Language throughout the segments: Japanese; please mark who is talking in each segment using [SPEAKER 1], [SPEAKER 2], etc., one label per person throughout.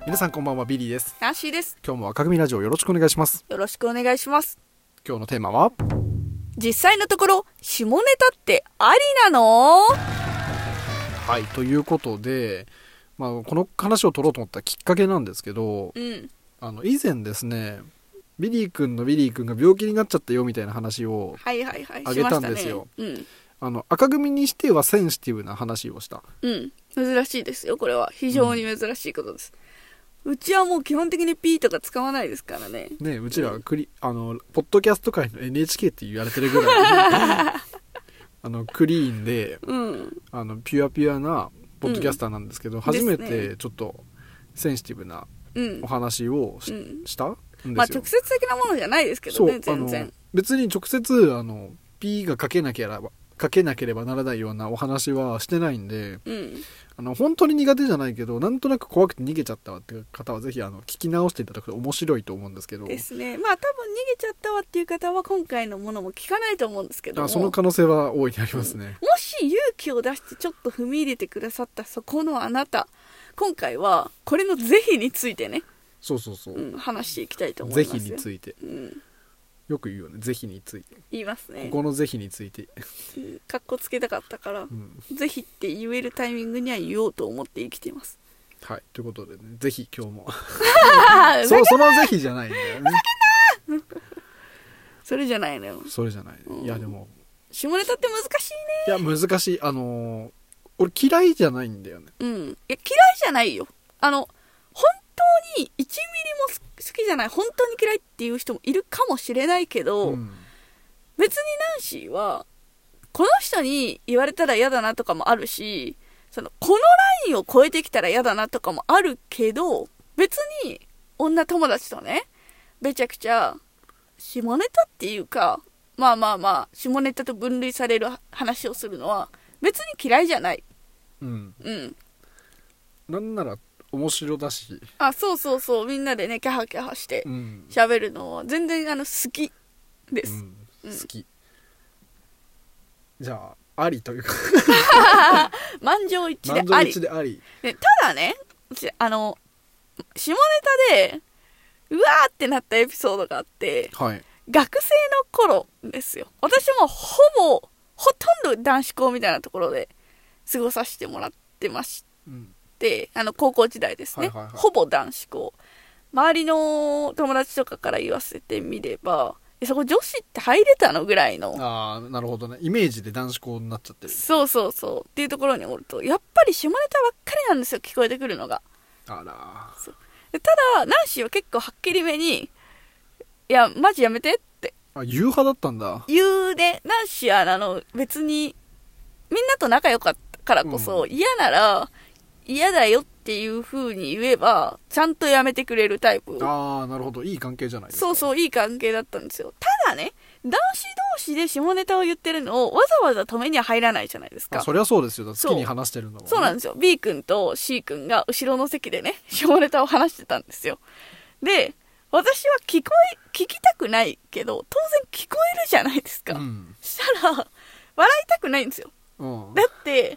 [SPEAKER 1] 皆さんこんばんは、ビリーです。
[SPEAKER 2] ナンシーです。
[SPEAKER 1] 今日も赤組ラジオよろしくお願いします。
[SPEAKER 2] よろしくお願いします。
[SPEAKER 1] 今日のテーマは、
[SPEAKER 2] 実際のところ下ネタってありなの？
[SPEAKER 1] はい、ということで、この話を取ろうと思ったきっかけなんですけど、以前ですね、ビリー君が病気になっちゃったよみたいな話をあげたんですよ。赤組にしてはセンシティブな話をした。
[SPEAKER 2] 珍しいですよ。これは非常に珍しいことです。うちはもう基本的に P とか使わないですからね。
[SPEAKER 1] うちらはポッドキャスト界の NHK って言われてるぐらいクリーンで、ピュアピュアなポッドキャスターなんですけど、初めてちょっとセンシティブなお話をしたんですよ。
[SPEAKER 2] 直接的なものじゃないですけどね、全然。
[SPEAKER 1] 別に直接P がかけなければならないようなお話はしてないんで、本当に苦手じゃないけどなんとなく怖くて逃げちゃったわっていう方はぜひ聞き直していただくと面白いと思うんですけど
[SPEAKER 2] ですね。多分逃げちゃったわっていう方は今回のものも聞かないと思うんですけども、
[SPEAKER 1] その可能性は大いにありますね。
[SPEAKER 2] もし勇気を出してちょっと踏み入れてくださったそこのあなた、今回はこれの是非についてね、話していきたいと思いますよ。
[SPEAKER 1] 是非について、よく言うよね、是非について
[SPEAKER 2] 言いますね。
[SPEAKER 1] ここの是非について
[SPEAKER 2] かっこつけたかったから、是非って言えるタイミングには言おうと思って生きています。はい、
[SPEAKER 1] ということでね、ぜひ今日もその是非じゃないんだよね。
[SPEAKER 2] それじゃないのよ。
[SPEAKER 1] それじゃない、いやでも
[SPEAKER 2] 下ネタって難しいね。
[SPEAKER 1] いや難しい。俺嫌いじゃないんだよね。
[SPEAKER 2] いや嫌いじゃないよ。本当に1ミリも好きじゃない、本当に嫌いっていう人もいるかもしれないけど、別にナンシーはこの人に言われたら嫌だなとかもあるし、このラインを超えてきたら嫌だなとかもあるけど、別に女友達とね、めちゃくちゃ下ネタっていうか、下ネタと分類される話をするのは別に嫌いじゃない。
[SPEAKER 1] なんなら面白だし、
[SPEAKER 2] そうみんなでねキャハキャハして喋るのは全然好きです。
[SPEAKER 1] 好き。じゃあありというか
[SPEAKER 2] 満場一致であり。ただね、下ネタでうわーってなったエピソードがあって、学生の頃ですよ。私もほとんど男子校みたいなところで過ごさせてもらってまして、高校時代ですね、ほぼ男子校。周りの友達とかから言わせてみれば、そこ女子って入れたのぐらいの。
[SPEAKER 1] なるほどね。イメージで男子校になっちゃってる。
[SPEAKER 2] そうっていうところにおると、やっぱり下ネタばっかりなんですよ、聞こえてくるのが。ただナンシーは結構はっきりめに、いやマジやめてって
[SPEAKER 1] 言う派だったんだ。
[SPEAKER 2] 言うね。ナンシーは別にみんなと仲良かったからこそ、嫌なら嫌だよっていう風に言えばちゃんとやめてくれるタイプ。
[SPEAKER 1] なるほど、いい関係じゃないですか。
[SPEAKER 2] いい関係だったんですよ。ただね、男子同士で下ネタを言ってるのをわざわざ止めには入らないじゃないですか。
[SPEAKER 1] そりゃそうですよ。好きに話してるのも、ね、
[SPEAKER 2] そうなんですよ。 B 君と C 君が後ろの席でね下ネタを話してたんですよ。で、私は聞きたくないけど当然聞こえるじゃないですか。したら笑いたくないんですよ。だって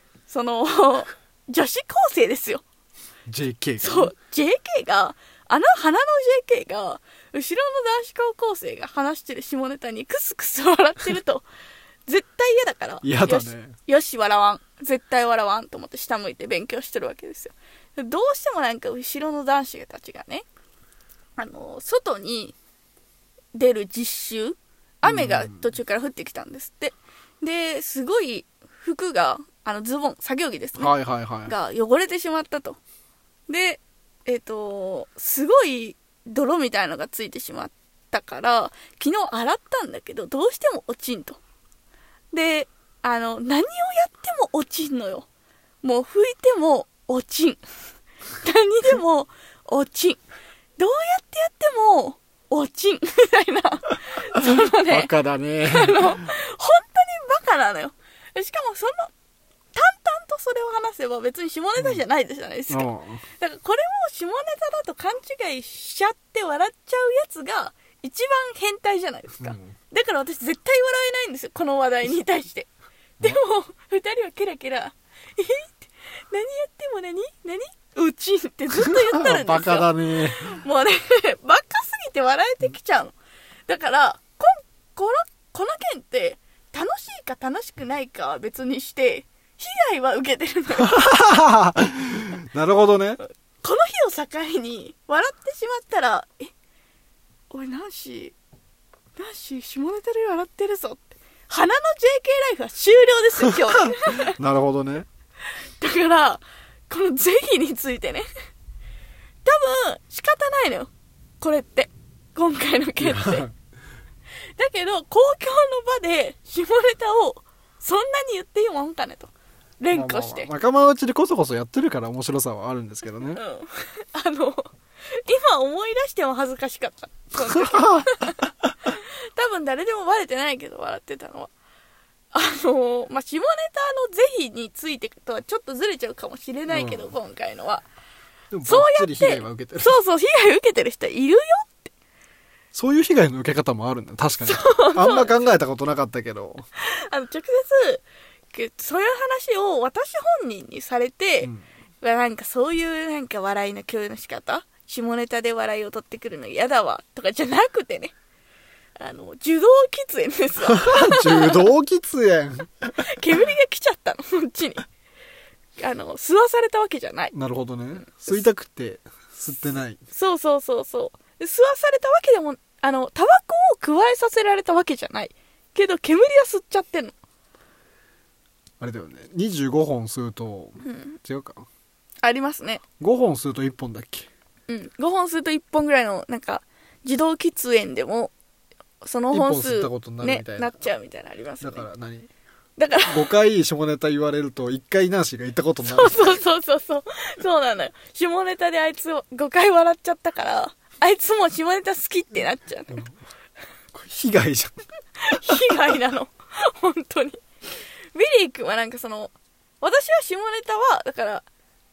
[SPEAKER 2] 女子高生ですよ。
[SPEAKER 1] JK が、
[SPEAKER 2] JK が花の JK が後ろの男子高校生が話してる下ネタにクスクス笑ってると絶対嫌だから、
[SPEAKER 1] 嫌だね。
[SPEAKER 2] よし笑わん、絶対笑わんと思って下向いて勉強してるわけですよ。どうしても後ろの男子たちがね、外に出る実習、雨が途中から降ってきたんですって。で、すごい服がズボン、作業着ですね、が汚れてしまったと。で、すごい泥みたいのがついてしまったから昨日洗ったんだけどどうしても落ちんと。で、何をやっても落ちんのよ。もう拭いても落ちん何でも落ちん、どうやってやっても落ちんみたいな
[SPEAKER 1] バカだね
[SPEAKER 2] 本当にバカなのよ。しかも淡々とそれを話せば別に下ネタじゃないじゃないですか。だからこれを下ネタだと勘違いしちゃって笑っちゃうやつが一番変態じゃないですか。だから私絶対笑えないんですよ、この話題に対して。でも2人はケラケラ何やっても何うちってずっと言ってるんですよ。
[SPEAKER 1] バカだね。
[SPEAKER 2] もうね、バカすぎて笑えてきちゃうの。だから、この件って、楽しいか楽しくないかは別にして、被害は受けてるのよ。
[SPEAKER 1] なるほどね。
[SPEAKER 2] この日を境に、笑ってしまったら、おい、ナンシー、下ネタで笑ってるぞって。花の JK ライフは終了ですよ、今日。
[SPEAKER 1] なるほどね。
[SPEAKER 2] だから、この是非についてね、多分仕方ないのよ、これって、今回の件って。だけど公共の場で下ネタをそんなに言っていいもんかねと連呼して、
[SPEAKER 1] 仲間内でこそこそやってるから面白さはあるんですけどね。
[SPEAKER 2] 今思い出しても恥ずかしかった。その時多分誰でもバレてないけど笑ってたのは下ネタの是非についてとはちょっとずれちゃうかもしれないけど、今回のは
[SPEAKER 1] でもそうやって被害は受けてる。
[SPEAKER 2] そう被害受けてる人いるよって。
[SPEAKER 1] そういう被害の受け方もあるんだ。確かに。あんま考えたことなかったけど。
[SPEAKER 2] 直接そういう話を私本人にされて、なんかそういうなんか笑いの共有の仕方、下ネタで笑いを取ってくるの嫌だわとかじゃなくてね、受動喫煙ですわ。
[SPEAKER 1] 受動喫煙
[SPEAKER 2] 煙が来ちゃったの、こっちに。吸わされたわけじゃない。
[SPEAKER 1] なるほどね。吸いたくて吸ってない。
[SPEAKER 2] そう吸わされたわけでもタバコを加えさせられたわけじゃないけど、煙は吸っちゃってんの。
[SPEAKER 1] あれだよね、25本吸うと、違うか、
[SPEAKER 2] ありますね。
[SPEAKER 1] 5本吸うと1本だっけ。
[SPEAKER 2] 5本吸うと1本ぐらいのなんか自動喫煙でもその本数
[SPEAKER 1] 1本吸ったことになるみたいな、
[SPEAKER 2] なっちゃうみたいなのありますよね。
[SPEAKER 1] だから何、
[SPEAKER 2] だから
[SPEAKER 1] 5回下ネタ言われると1回ナンシーが言ったことになる。
[SPEAKER 2] そうなのよ。下ネタであいつを5回笑っちゃったから、あいつも下ネタ好きってなっちゃう、
[SPEAKER 1] これ被害じゃん。
[SPEAKER 2] 被害なの本当に。ビリー君はなんか私は下ネタはだから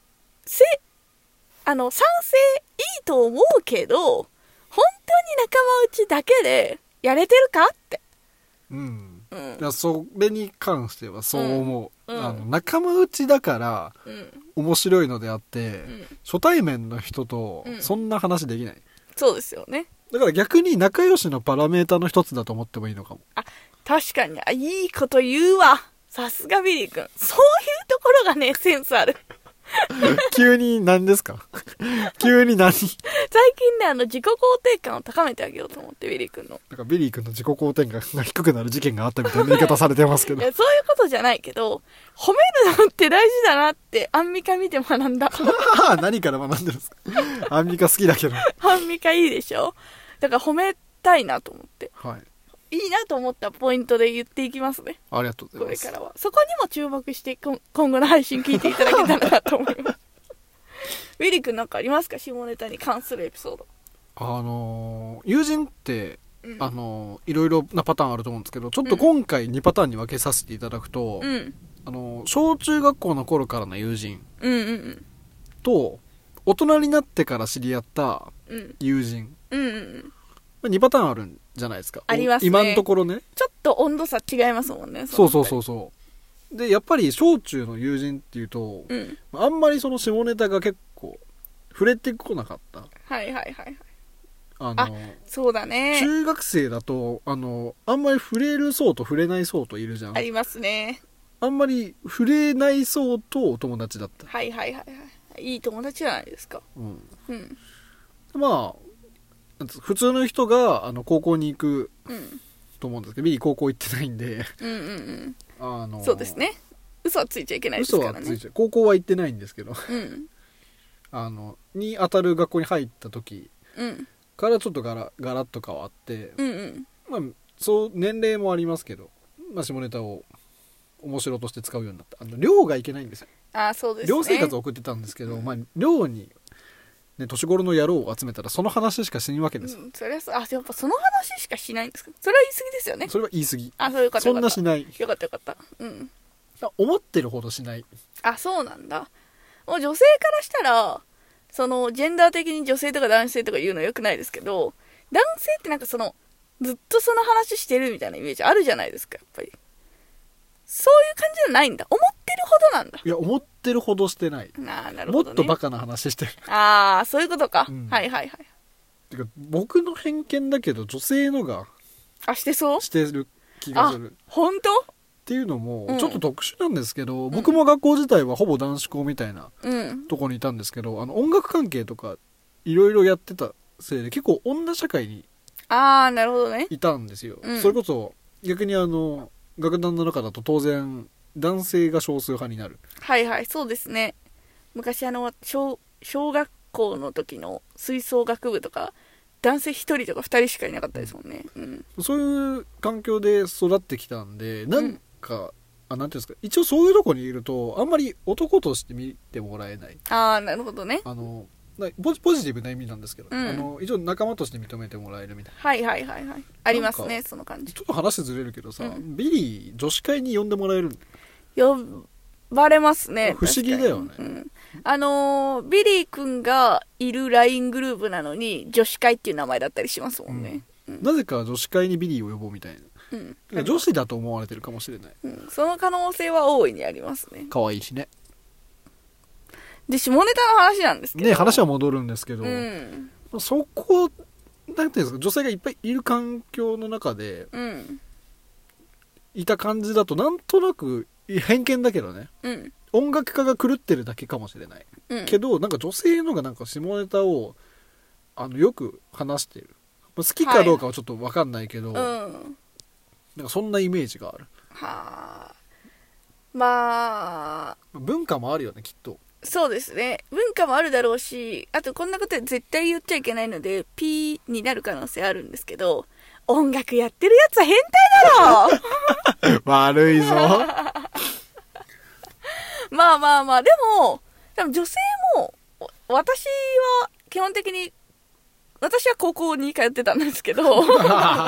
[SPEAKER 2] 賛成いいと思うけど、本当に仲間内だけでやれてるかって。いや、それに関してはそう思う。仲間内だから面白いのであって、初対面の人とそんな話できない。 そうですよね。
[SPEAKER 1] だから逆に仲良しのパラメータの一つだと思ってもいいのかも。
[SPEAKER 2] 確かに。いいこと言うわ。さすがビリー君。そういうところがね、センスある。
[SPEAKER 1] 急に何ですか急に何。最
[SPEAKER 2] 近ね、自己肯定感を高めてあげようと思って、ビリー君の。
[SPEAKER 1] なんかビリー君の自己肯定感が低くなる事件があったみたいな言い方されてますけど。
[SPEAKER 2] いや、そういうことじゃないけど、褒めるのって大事だなって、アンミカ見て学んだ。
[SPEAKER 1] 何から学んでるんですか。アンミカ好きだけど。
[SPEAKER 2] アンミカいいでしょ。だから褒めたいなと思って。
[SPEAKER 1] はい。
[SPEAKER 2] いいなと思ったポイントで言っていきますね。
[SPEAKER 1] ありがとうございます。
[SPEAKER 2] これからはそこにも注目して今後の配信聞いていただけたらなと思います。ウィリ君なんかありますか、下ネタに関するエピソード。
[SPEAKER 1] 友人って、いろいろなパターンあると思うんですけど、ちょっと今回2パターンに分けさせていただくと、小中学校の頃からの友人と、大人になってから知り合った友人、2パターンあるんじゃないですか。
[SPEAKER 2] ありますね。
[SPEAKER 1] 今のところね。
[SPEAKER 2] ちょっと温度差違いますもんね。
[SPEAKER 1] そうで、やっぱり小中の友人っていうと、あんまりその下ネタが結構触れてこなかった。
[SPEAKER 2] そうだね。
[SPEAKER 1] 中学生だとあんまり触れる層と触れない層といるじゃん。
[SPEAKER 2] ありますね。
[SPEAKER 1] あんまり触れない層とお友達だった。
[SPEAKER 2] いい友達じゃないですか。
[SPEAKER 1] まあ普通の人が高校に行くと思うんですけど、ビリー高校行ってないんで、
[SPEAKER 2] そうですね。嘘はついちゃいけないですからね。
[SPEAKER 1] 高校は行ってないんですけど、に当たる学校に入った時からちょっとガラッと変わって、まあそう年齢もありますけど、まあ、下ネタを面白として使うようになった。寮が行けないんですよ。
[SPEAKER 2] そうですね。
[SPEAKER 1] 寮生活を送ってたんですけど、まあ寮に年頃の野郎を集めたらその話しかしないわけですよ。
[SPEAKER 2] それはやっぱその話しかしないんですか。それは言い過ぎですよね。
[SPEAKER 1] それは言い過ぎ。
[SPEAKER 2] そういうこと。
[SPEAKER 1] そんなしない。
[SPEAKER 2] よかった。
[SPEAKER 1] 思ってるほどしない。
[SPEAKER 2] そうなんだ。もう女性からしたらジェンダー的に女性とか男性とか言うのよくないですけど、男性ってなんかずっとその話してるみたいなイメージあるじゃないですか。やっぱりそういう感じじゃないんだ。思ってるほどそうなんだ。
[SPEAKER 1] いや、思ってるほどしてない。
[SPEAKER 2] なるほどね。
[SPEAKER 1] もっとバカな話してる。
[SPEAKER 2] ああ、そういうことか。
[SPEAKER 1] うん、
[SPEAKER 2] はいはいはい。
[SPEAKER 1] てか、僕の偏見だけど、女性のが、
[SPEAKER 2] してそう？
[SPEAKER 1] してる気がする。
[SPEAKER 2] 本当？
[SPEAKER 1] っていうのも、
[SPEAKER 2] うん、
[SPEAKER 1] ちょっと特殊なんですけど、僕も学校自体はほぼ男子校みたいな、とこにいたんですけど、音楽関係とか、いろいろやってたせいで、結構女社会に、
[SPEAKER 2] なるほどね。
[SPEAKER 1] いたんですよ。それこそ、逆に楽団の中だと当然、男性が少数派になる。
[SPEAKER 2] はいはい、そうですね。昔小学校の時の吹奏楽部とか、男性1人とか2人しかいなかったですもんね。
[SPEAKER 1] そういう環境で育ってきたんで、なんていうんですか、一応そういうとこにいると、あんまり男として見てもらえない。
[SPEAKER 2] なるほどね。
[SPEAKER 1] ポジティブな意味なんですけど、一応仲間として認めてもらえるみたいな。
[SPEAKER 2] はいはいはいはい。ありますね、その感じ。
[SPEAKER 1] ちょっと話ずれるけどさ、ビリー女子会に呼んでもらえる？
[SPEAKER 2] 呼ばれますね。
[SPEAKER 1] 不思議だよね。
[SPEAKER 2] ビリー君がいる LINE グループなのに女子会っていう名前だったりしますもんね。
[SPEAKER 1] なぜか女子会にビリーを呼ぼうみたいな。女子だと思われてるかもしれない。
[SPEAKER 2] その可能性は大いにありますね。
[SPEAKER 1] 可愛いしね。
[SPEAKER 2] で、下ネタの話なんですけど。
[SPEAKER 1] ね、話は戻るんですけど、そこ、なんていうんですか、女性がいっぱいいる環境の中で、いた感じだと、なんとなく、偏見だけどね、音楽家が狂ってるだけかもしれない。けど、なんか女性のがなんか下ネタを、よく話してる。好きかどうかはちょっとわかんないけど、なんかそんなイメージがある。
[SPEAKER 2] まあ、
[SPEAKER 1] 文化もあるよね、きっと。
[SPEAKER 2] そうですね。文化もあるだろうし、あとこんなこと絶対言っちゃいけないので、P になる可能性あるんですけど、音楽やってるやつは変態だろ
[SPEAKER 1] 悪いぞ。
[SPEAKER 2] まあ、でも女性も、私は基本的に、私は高校に通ってたんですけど、下ネ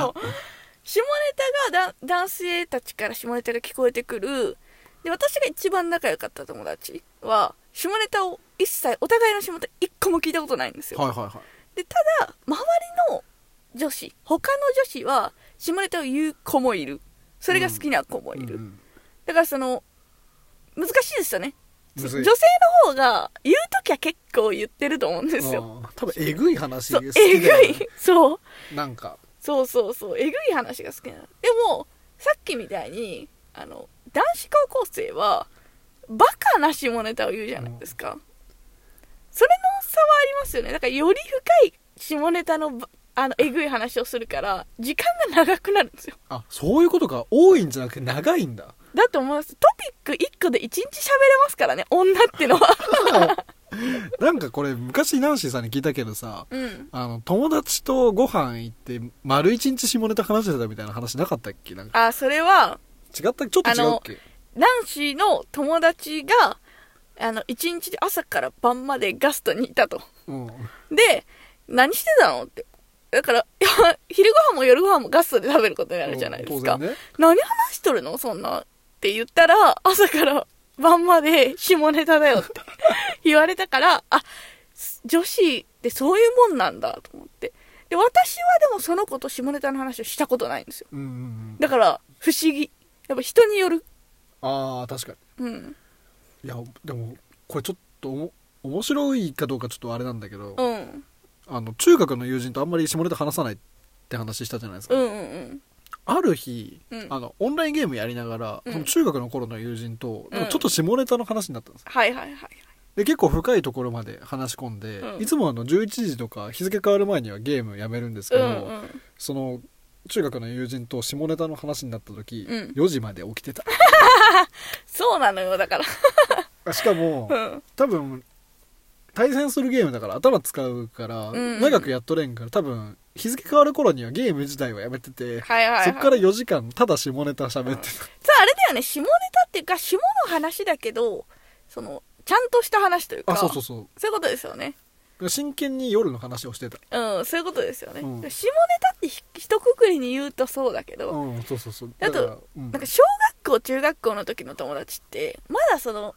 [SPEAKER 2] タが男性たちから下ネタが聞こえてくる。で、私が一番仲良かった友達は、下ネタを一切、お互いの下ネタ一個も聞いたことないんですよ。で、ただ、周りの女子、他の女子は、下ネタを言う子もいる。それが好きな子もいる。だから難しいですよね。女性の方が、言うときは結構言ってると思うんですよ。
[SPEAKER 1] 多分、えぐい話が好き
[SPEAKER 2] だよね。えぐい。そう。
[SPEAKER 1] なんか。
[SPEAKER 2] そう。えぐい話が好きなの。でも、さっきみたいに、男子高校生はバカな下ネタを言うじゃないですか。それの差はありますよね。だからより深い下ネタのえぐい話をするから時間が長くなるんですよ。
[SPEAKER 1] そういうことか。多いんじゃなくて長いんだ。
[SPEAKER 2] だと思います。トピック1個で1日喋れますからね、女ってのは。
[SPEAKER 1] なんかこれ昔ナンシーさんに聞いたけどさ、友達とご飯行って丸1日下ネタ話してたみたいな話なかったっけ？なんか
[SPEAKER 2] それは
[SPEAKER 1] 違った？ちょっと違うっけ？
[SPEAKER 2] ナンシーの友達が一日で朝から晩までガストにいたと、で何してたのって、だから昼ご飯も夜ご飯もガストで食べることになるじゃないですか、ね、何話しとるのそんなって言ったら、朝から晩まで下ネタだよって言われたから、女子ってそういうもんなんだと思って。で、私はでもその子と下ネタの話をしたことないんですよ。だから不思議。やっぱ人による。
[SPEAKER 1] 確かに。いや、でもこれちょっと面白いかどうかちょっとあれなんだけど、中学の友人とあんまり下ネタ話さないって話したじゃないですか。ある日、オンラインゲームやりながら、その中学の頃の友人と、ちょっと下ネタの話になったんです。で、結構深いところまで話し込んで、いつも11時とか日付変わる前にはゲームやめるんですけど、その中学の友人と下ネタの話になった時、4時まで起きてた。
[SPEAKER 2] そうなのよ、だから
[SPEAKER 1] しかも、多分対戦するゲームだから頭使うから、長くやっとれんから、多分日付変わる頃にはゲーム自体はやめてて、そっから4時間ただ下ネタ喋ってた。
[SPEAKER 2] あれだよね、下ネタっていうか下の話だけど、ちゃんとした話というか、そういうことですよね。
[SPEAKER 1] 真剣に夜の話をしてた。
[SPEAKER 2] そういうことですよね。下ネタって一括りに言うとそうだけど、あと、なんか小学校中学校の時の友達ってまだ思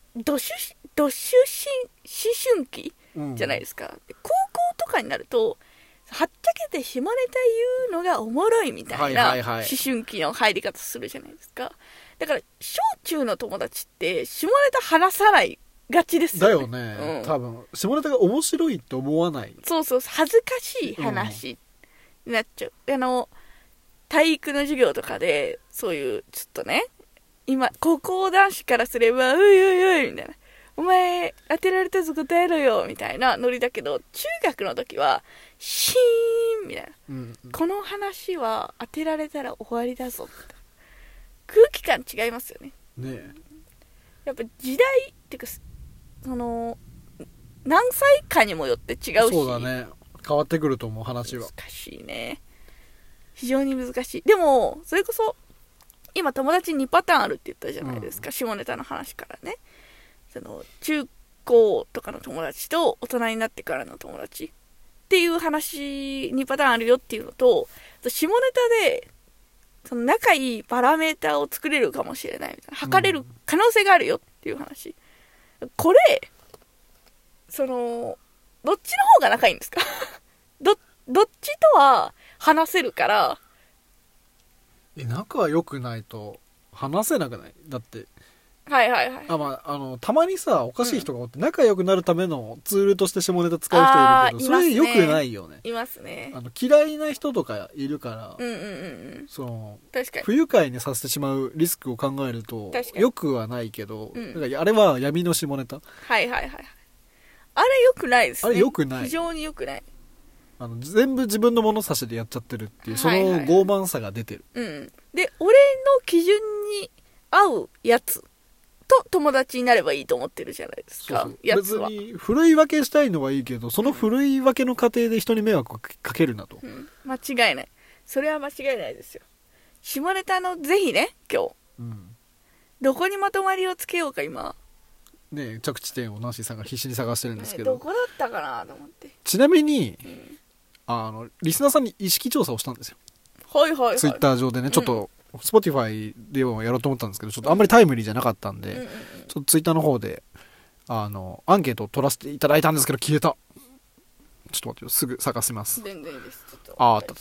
[SPEAKER 2] 春期じゃないですか。高校とかになるとはっちゃけて下ネタ言うのがおもろいみたいな思春期の入り方するじゃないですか。 だから小中の友達って下ネタ話さないがちですよね。
[SPEAKER 1] だよね、
[SPEAKER 2] うん、
[SPEAKER 1] 多分下ネタが面白いって思わない。
[SPEAKER 2] そうそう、恥ずかしい話になっちゃう。体育の授業とかでそういうちょっとね、今高校男子からすればういおいおいみたいな、お前当てられたぞ答えろよみたいなノリだけど、中学の時はシーンみたいな、
[SPEAKER 1] うん
[SPEAKER 2] この話は当てられたら終わりだぞみたいな空気感違いますよね。
[SPEAKER 1] ね
[SPEAKER 2] やっぱ時代っていうか、その何歳かにもよって違うし、
[SPEAKER 1] そうだね、変わってくると思う、話は。
[SPEAKER 2] 難しいね、非常に難しい。でもそれこそ今友達2パターンあるって言ったじゃないですか、下ネタの話からね。その中高とかの友達と大人になってからの友達っていう話2パターンあるよっていうのと、下ネタでその仲いいパラメーターを作れるかもしれないみたいな、測れる可能性があるよっていう話。これそのどっちの方が仲いいんですかどっちとは話せるから。
[SPEAKER 1] 仲は良くないと話せなくない？だって
[SPEAKER 2] はいはいはい、
[SPEAKER 1] たまにさ、おかしい人がおって仲良くなるためのツールとして下ネタ使う人いるけど、それ良くないよね。
[SPEAKER 2] いますね。
[SPEAKER 1] 嫌いな人とかいるから、その
[SPEAKER 2] 確かに
[SPEAKER 1] 不愉快にさせてしまうリスクを考えると良くはないけど、だからあれは闇の下ネタ。
[SPEAKER 2] はいはいはい、あれ良くないですね。
[SPEAKER 1] あれ良くない、
[SPEAKER 2] 非常に良くない。
[SPEAKER 1] 全部自分の物差しでやっちゃってるっていう、その傲慢さが出てる、
[SPEAKER 2] で俺の基準に合うやつと友達になればいいと思ってるじゃないですか。やつは
[SPEAKER 1] 別にふるい分けしたいのはいいけど、そのふるい分けの過程で人に迷惑をかけるなと、
[SPEAKER 2] 間違いない。それは間違いないですよ。下ネタのぜひね、今日、どこにまとまりをつけようか今
[SPEAKER 1] ね、着地点をナンシーさんが必死に探してるんですけど、
[SPEAKER 2] どこだったかなと思って。
[SPEAKER 1] ちなみに、リスナーさんに意識調査をしたんですよ。
[SPEAKER 2] はいはいはい。
[SPEAKER 1] ツイッター上でね、ちょっと、Spotify でもやろうと思ったんですけど、ちょっとあんまりタイムリーじゃなかったんで、ちょっとツイッターの方でアンケートを取らせていただいたんですけど、消えた。ちょっと待ってよ、すぐ探します。
[SPEAKER 2] 全然いいです。
[SPEAKER 1] あった。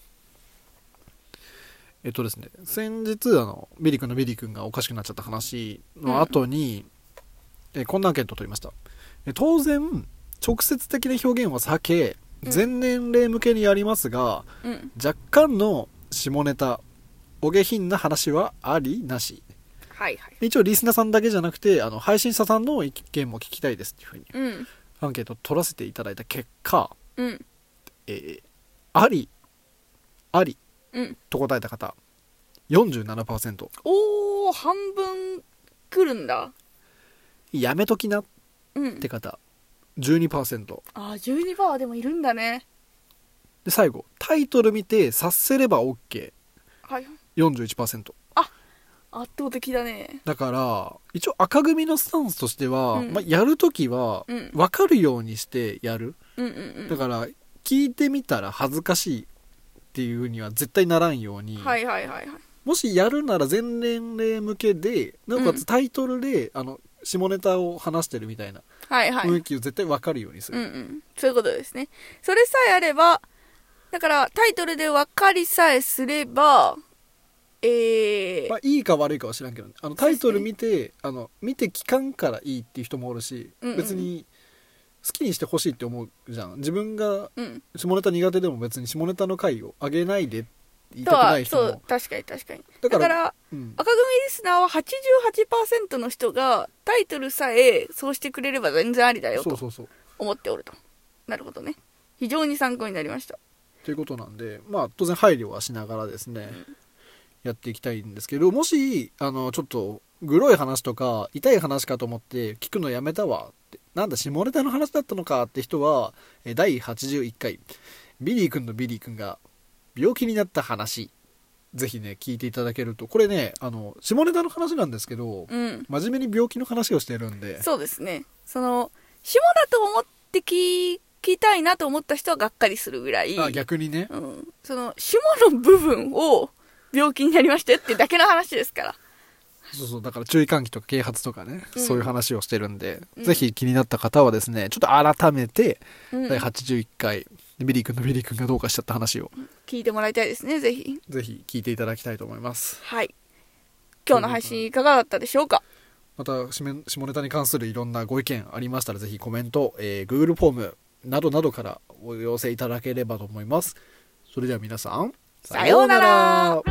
[SPEAKER 1] ですね、先日ビリ君のビリ君がおかしくなっちゃった話の後に、こんなアンケートを取りました。当然直接的な表現は避け、全年齢向けにやりますが、若干の下ネタお下品な話はありなし、
[SPEAKER 2] はいはい、
[SPEAKER 1] 一応リスナーさんだけじゃなくて配信者さんの意見も聞きたいですっていうふうに、アンケートを取らせていただいた結果、ありと答えた方 47%、
[SPEAKER 2] おー、半分くるんだ。
[SPEAKER 1] やめときなって方、12%。
[SPEAKER 2] 12% でもいるんだね。
[SPEAKER 1] で最後、タイトル見て察せれば OK、
[SPEAKER 2] はいはい、
[SPEAKER 1] 41%。
[SPEAKER 2] 圧倒的だね。
[SPEAKER 1] だから一応赤組のスタンスとしては、やるときは分かるようにしてやる、だから聞いてみたら恥ずかしいっていう風には絶対ならんように、もしやるなら全年齢向けで、なおかつタイトルで、下ネタを話してるみたいな雰囲気を絶対分かるようにする、
[SPEAKER 2] そういうことですね。それさえあれば、だからタイトルで分かりさえすれば、い
[SPEAKER 1] いか悪いかは知らんけど、ね、タイトル見て、見て聞かんからいいっていう人もおるし、別に好きにしてほしいって思うじゃん。自分が下ネタ苦手でも別に下ネタの回を上げないでって言いたくない人も。
[SPEAKER 2] そう、確かにだから、赤組リスナーは 88% の人がタイトルさえそうしてくれれば全然ありだよと思っておると。なるほどね。非常に参考になりました。
[SPEAKER 1] ということなんで、当然配慮はしながらですね、やっていきたいんですけど、もしちょっとグロい話とか痛い話かと思って聞くのやめたわって、なんだ下ネタの話だったのかって人は、第81回ビリー君のビリー君が病気になった話、ぜひね聞いていただけると、これね下ネタの話なんですけど、真面目に病気の話をしてるんで。
[SPEAKER 2] そうですね。その下だと思って聞きたいなと思った人はがっかりするぐらい、
[SPEAKER 1] 逆にね、
[SPEAKER 2] その下の部分を病気になりましたよってだけの話ですから。
[SPEAKER 1] そうだから注意喚起とか啓発とかね、そういう話をしてるんで、ぜひ気になった方はですね、ちょっと改めて、第81回ビリー君のビリー君がどうかしちゃった話を
[SPEAKER 2] 聞いてもらいたいですね。ぜひ
[SPEAKER 1] 聞いていただきたいと思います。
[SPEAKER 2] はい。 今日の配信いかがだったでしょうか。
[SPEAKER 1] また下ネタに関するいろんなご意見ありましたら、ぜひコメント、Google フォームなどなどからお寄せいただければと思います。それでは皆さん、
[SPEAKER 2] さようなら。